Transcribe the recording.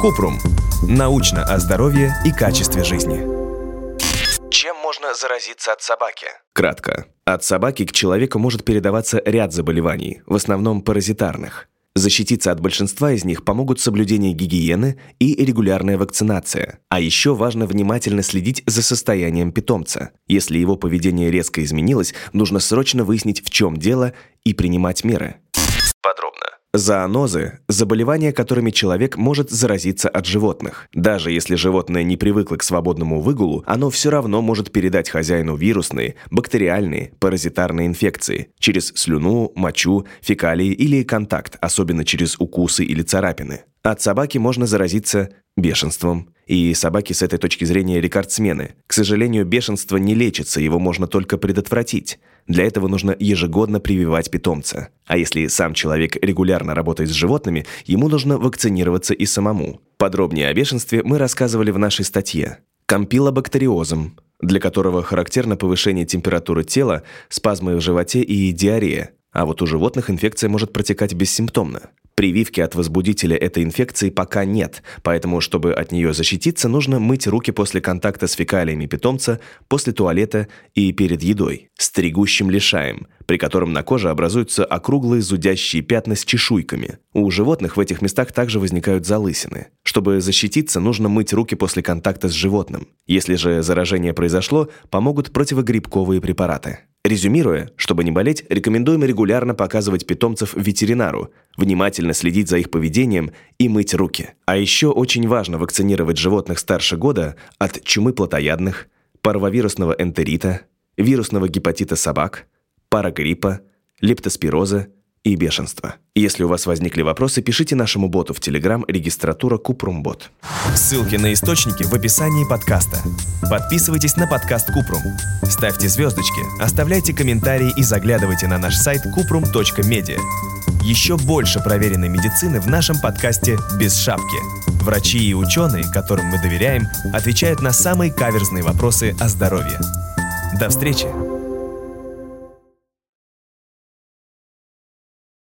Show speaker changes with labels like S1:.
S1: Купрум. Научно о здоровье и качестве жизни.
S2: Чем можно заразиться от собаки?
S3: Кратко. От собаки к человеку может передаваться ряд заболеваний, в основном паразитарных. Защититься от большинства из них помогут соблюдение гигиены и регулярная вакцинация. А еще важно внимательно следить за состоянием питомца. Если его поведение резко изменилось, нужно срочно выяснить, в чем дело, и принимать меры.
S2: Подробно.
S3: Зоонозы – заболевания, которыми человек может заразиться от животных. Даже если животное не привыкло к свободному выгулу, оно все равно может передать хозяину вирусные, бактериальные, паразитарные инфекции через слюну, мочу, фекалии или контакт, особенно через укусы или царапины. От собаки можно заразиться бешенством. И собаки с этой точки зрения рекордсмены. К сожалению, бешенство не лечится, его можно только предотвратить. Для этого нужно ежегодно прививать питомца. А если сам человек регулярно работает с животными, ему нужно вакцинироваться и самому. Подробнее о бешенстве мы рассказывали в нашей статье. Кампилобактериозом, для которого характерно повышение температуры тела, спазмы в животе и диарея. А вот у животных инфекция может протекать бессимптомно. Прививки от возбудителя этой инфекции пока нет, поэтому, чтобы от нее защититься, нужно мыть руки после контакта с фекалиями питомца, после туалета и перед едой. Стригущим лишаем, при котором на коже образуются округлые зудящие пятна с чешуйками. У животных в этих местах также возникают залысины. Чтобы защититься, нужно мыть руки после контакта с животным. Если же заражение произошло, помогут противогрибковые препараты. Резюмируя, чтобы не болеть, рекомендуем регулярно показывать питомцев ветеринару, внимательно следить за их поведением и мыть руки. А еще очень важно вакцинировать животных старше года от чумы плотоядных, парвовирусного энтерита, вирусного гепатита собак, парагриппа, лептоспироза и бешенства. Если у вас возникли вопросы, пишите нашему боту в Telegram регистратура Купрумбот.
S1: Ссылки на источники в описании подкаста. Подписывайтесь на подкаст Купрум. Ставьте звездочки, оставляйте комментарии и заглядывайте на наш сайт kuprum.media. Еще больше проверенной медицины в нашем подкасте «Без шапки». Врачи и ученые, которым мы доверяем, отвечают на самые каверзные вопросы о здоровье. До встречи!